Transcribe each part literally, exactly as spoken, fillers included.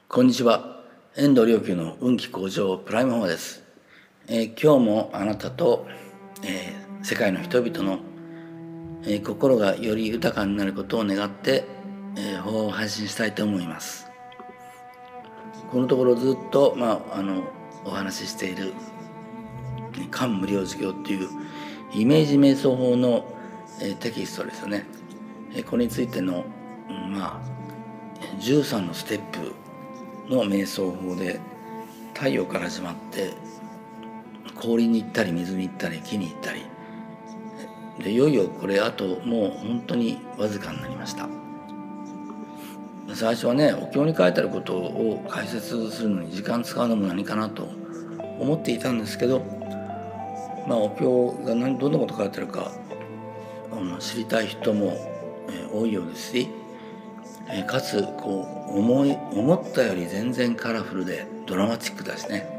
こんにちは。遠藤良久の運気向上プライムフォアです。えー、今日もあなたと、えー、世界の人々の、えー、心がより豊かになることを願って、えー、法を配信したいと思います。このところずっと、まあ、あのお話ししている漢無量寿経っていうイメージ瞑想法の、えー、テキストですよね。えー、これについての、うん、まあじゅうさんのステップの瞑想法で、太陽から始まって氷に行ったり水に行ったり木に行ったりで、いよいよこれあともう本当にわずかになりました。最初はね、お経に書いてあることを解説するのに時間使うのも何かなと思っていたんですけど、まあお経が何どんなこと書いてあるか知りたい人も多いようですし、かつこう思い思ったより全然カラフルでドラマチックだしね。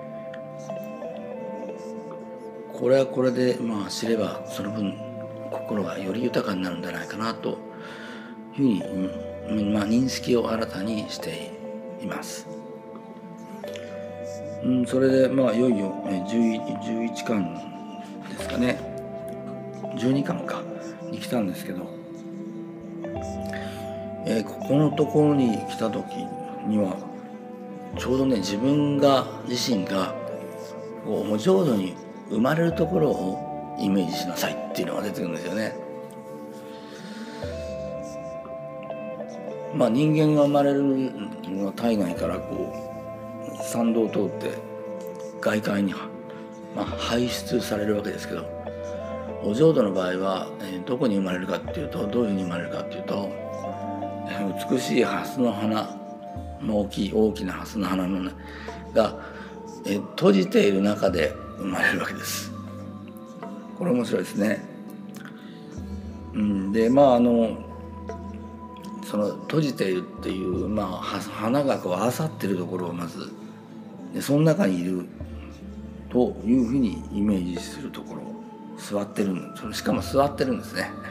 これはこれでまあ知ればその分心がより豊かになるんじゃないかなというふうに、まあ、認識を新たにしています。うん、それでまあいよいよじゅういちかんですかね、じゅうにかんかに来たんですけど、えー、ここのところに来た時にはちょうどね、自分が自身がこう浄土に生まれるところをイメージしなさいっていうのが出てくるんですよね。まあ人間が生まれるのは体内からこう参道を通って外界に、まあ、排出されるわけですけど、お浄土の場合は、えー、どこに生まれるかっていうと、どういうふうに生まれるかっていうと、美しいハスの花、大きい大きなハスの花の、ね、がえ閉じている中で生まれるわけです。これ面白いですね。うん、でまああのその閉じているっていう、まあ、花がこう合わさっているところをまずで、その中にいるというふうにイメージするところ、座ってるん、それしかも座ってるんですね。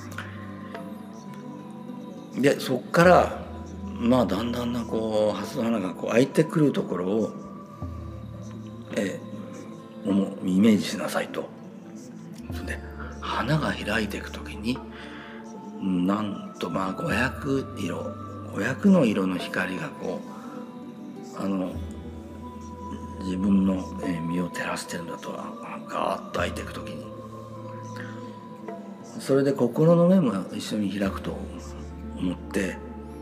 でそこからまあだんだんなこうハスの花がこう開いてくるところを、えー、イメージしなさいと。それで花が開いていくときになんとまあごひゃくいろごひゃくの色の光がこうあの自分の身を照らしてるんだと、ガーッと開いていくときに、それで心の目も一緒に開くと思って、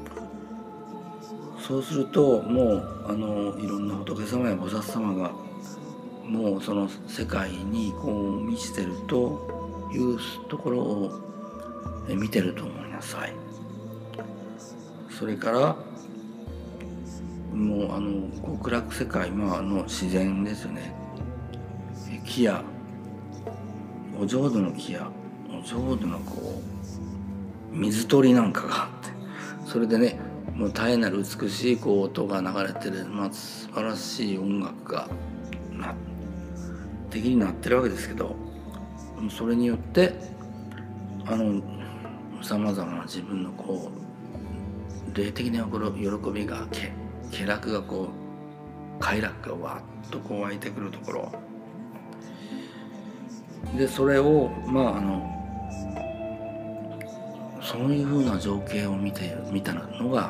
そうするともうあのいろんな仏様や菩薩様がもうその世界にこう満ちてるというところを見てると思いなさい。それからもうあの極楽世界、まあ、の自然ですよね。木やお浄土の木やお浄土のこう水鳥なんかがあって、それでね、もう絶えなる美しいこう音が流れてる、まあ、素晴らしい音楽がな敵になってるわけですけど、それによってあのさまざまな自分のこう霊的な喜びが気楽がこう快楽がわっとこう湧いてくるところで、それをまああのそういうふうな情景を見て見たのが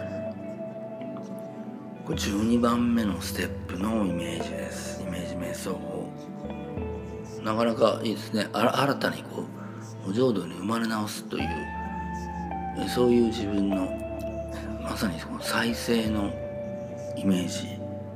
じゅうにばんめのステップのイメージです。イメージ瞑想法、なかなかいいですね。あ新たにこうお浄土に生まれ直すという、そういう自分のまさにその再生のイメージ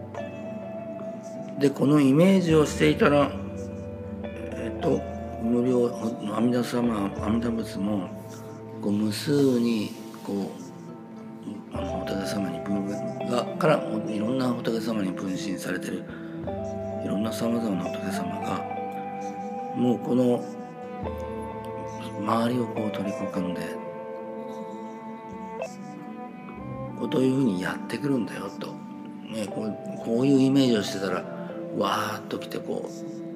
で、このイメージをしていたら、えっと無料阿弥陀様阿弥陀仏もこう無数にこうあの仏様に分がからいろんな仏様に分身されてるいろんなさまざまな仏様がもうこの周りをこう取り囲んでこうどういうふうにやってくるんだよと、ね、こう、こういうイメージをしてたらわーっと来てこ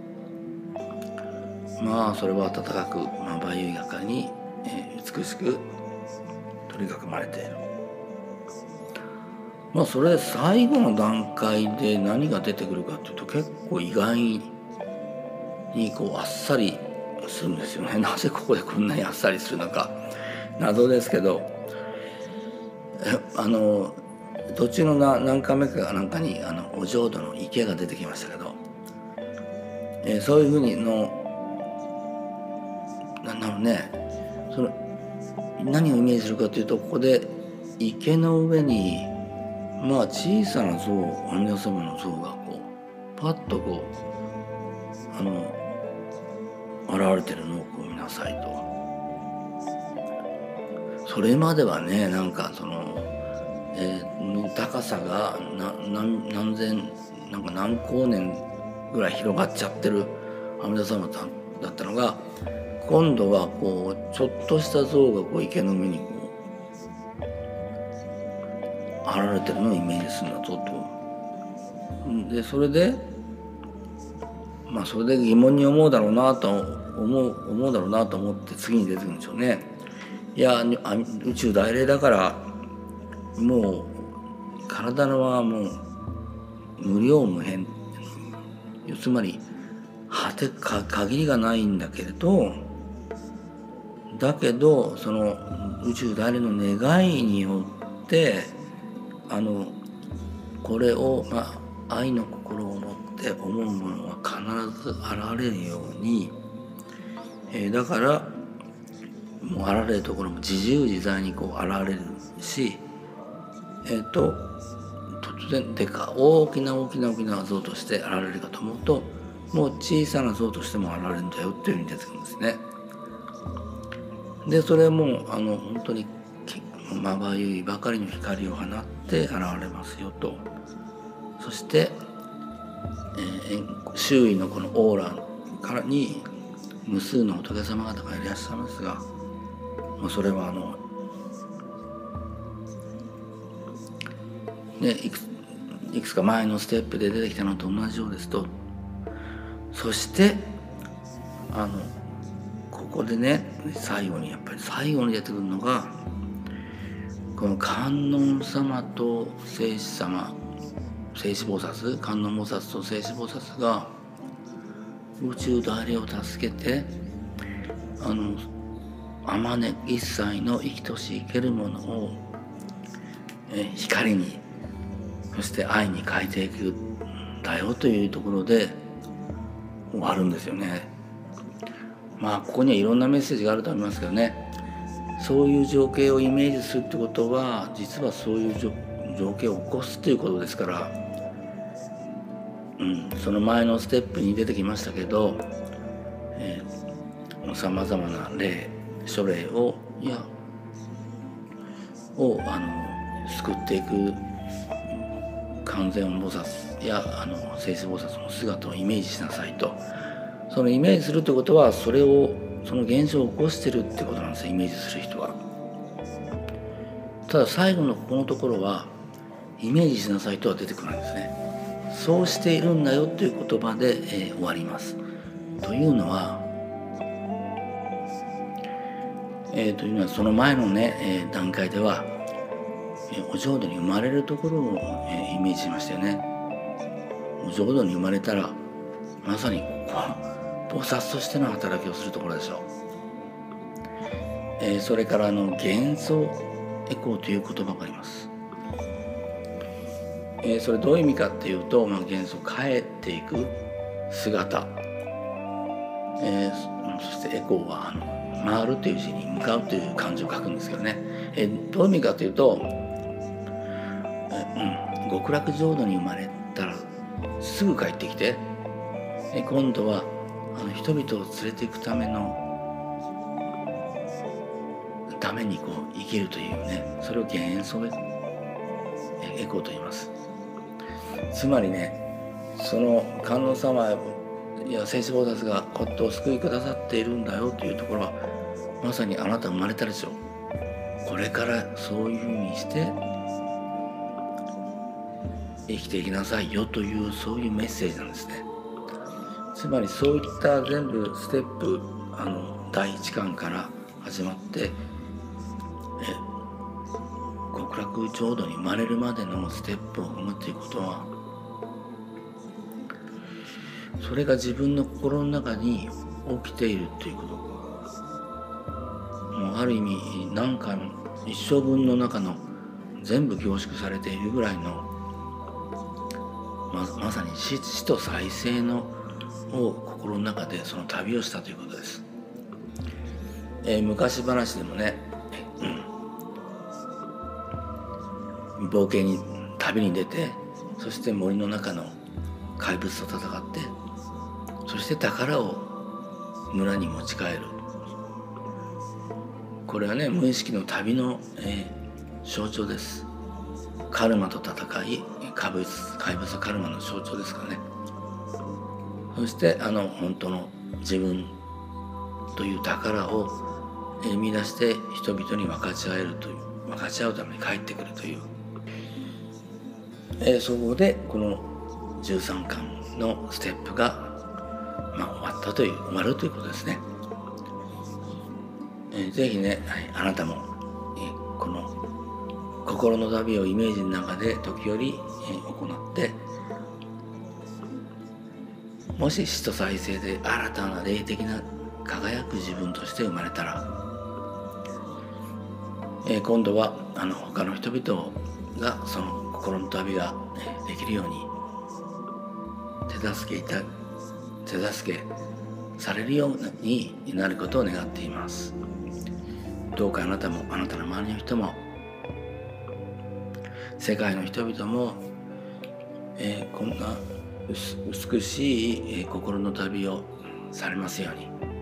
う、まあそれは温かく、まあ、バイユやかに、えー、美しく取り囲まれている。 まあそれで最後の段階で何が出てくるかっていうと結構意外にこうあっさりするんですよね。なぜここでこんなにあっさりするのか謎ですけど、あの途中の何回目かなんかにあのお浄土の池が出てきましたけど、えー、そういうふうにのなんだろうね、その何をイメージするかというと、ここで池の上にまあ小さな像、阿弥陀様の像がこうパッとこうあの現れてるのをこう見なさいと。それまではね、なんかその、えー、高さが何何千なんか何光年ぐらい広がっちゃってる阿弥陀様だったのが、今度はこうちょっとした像がこう池の上にこう現れてるのをイメージするんだぞと。でそれでまあそれで疑問に思うだろうなと思う思うだろうなと思って次に出てくるんでしょうね。いや宇宙大霊だからもう体のはもう無量無辺、つまり果てか限りがないんだけれど、だけどその宇宙大霊の願いによってあのこれを、まあ、愛の心を持って思うものは必ず現れるように、えー、だからもう現れるところも自由自在にこう現れるし、えー、と突然でか大きな大きな大きな像として現れるかと思うと、もう小さな像としても現れるんだよっていうふうに出てくるんですね。でそれもあの本当にまばゆいばかりの光を放って現れますよと。そして、えー、周囲のこのオーラからに無数の仏様方がいらっしゃいますが、もうそれはあの、ね、いくついくつか前のステップで出てきたのと同じようですと。そしてあのここでね、最後にやっぱり最後に出てくるのがこの観音様と聖子様、聖子菩薩、観音菩薩と聖子菩薩が宇宙大霊を助けて、あのあまね一切の生きとし生けるものをえ光に、そして愛に変えていくんだよというところで終わるんですよね。まあここにはいろんなメッセージがあると思いますけどね、そういう情景をイメージするってことは実はそういう情景を起こすということですから、うん、その前のステップに出てきましたけど、さまざまな霊諸霊をいやをあの救っていく観世音菩薩やあの聖子菩薩の姿をイメージしなさいと。そのイメージするってことはそれをその現象を起こしてるってことなんですよ、イメージする人は。ただ最後のここのところはイメージしなさいとは出てこないんですね。そうしているんだよという言葉で、えー、終わります。というのは、えー、というのはその前のね、えー、段階では、えー、お浄土に生まれるところを、えー、イメージしましたよね。お浄土に生まれたらまさにここは菩薩としての働きをするところでしょう。えー、それからあの幻想エコーという言葉があります。えー、それどういう意味かっていうと、まあ、幻想帰っていく姿、えー、そしてエコーはあの回るという字に向かうという漢字を書くんですけどね、えー、どういう意味かというと、えーうん、極楽浄土に生まれたらすぐ帰ってきて、えー、今度はあの人々を連れていくためのためにこう生きるというね、それを幻想エコーと言います。つまりね、その観音様や聖子菩薩がこっとお救いくださっているんだよというところは、まさにあなた生まれたでしょう。これからそういうふうにして生きていきなさいよという、そういうメッセージなんですね。つまりそういった全部ステップ、あの第一巻から始まって、え極楽浄土に生まれるまでのステップを踏むということは、それが自分の心の中に起きているということ、もうある意味何かの一生分の中の全部凝縮されているぐらいの、ま, まさに 死, 死と再生のを心の中でその旅をしたということです。えー、昔話でもね、うん、冒険に旅に出て、そして森の中の怪物と戦って、そして宝を村に持ち帰る。これはね、無意識の旅の、えー、象徴です。カルマと戦い、怪物怪物カルマの象徴ですからね。そしてあの本当の自分という宝を生み出して人々に分かち合えるという、分かち合うために帰ってくるという、えー、そこでこのじゅうさんかんのステップが、まあ、終わったという、終わるということですね。えー、ぜひね、はい、あなたも、えー、この心の旅をイメージの中で時折、えー、行って、もし死と再生で新たな霊的な輝く自分として生まれたら、えー、今度はあの他の人々がその心の旅が、ね、できるように手助けいた手助けされるようになることを願っています。どうかあなたもあなたの周りの人も世界の人々も、えー、こんな美しい、えー、心の旅をされますように。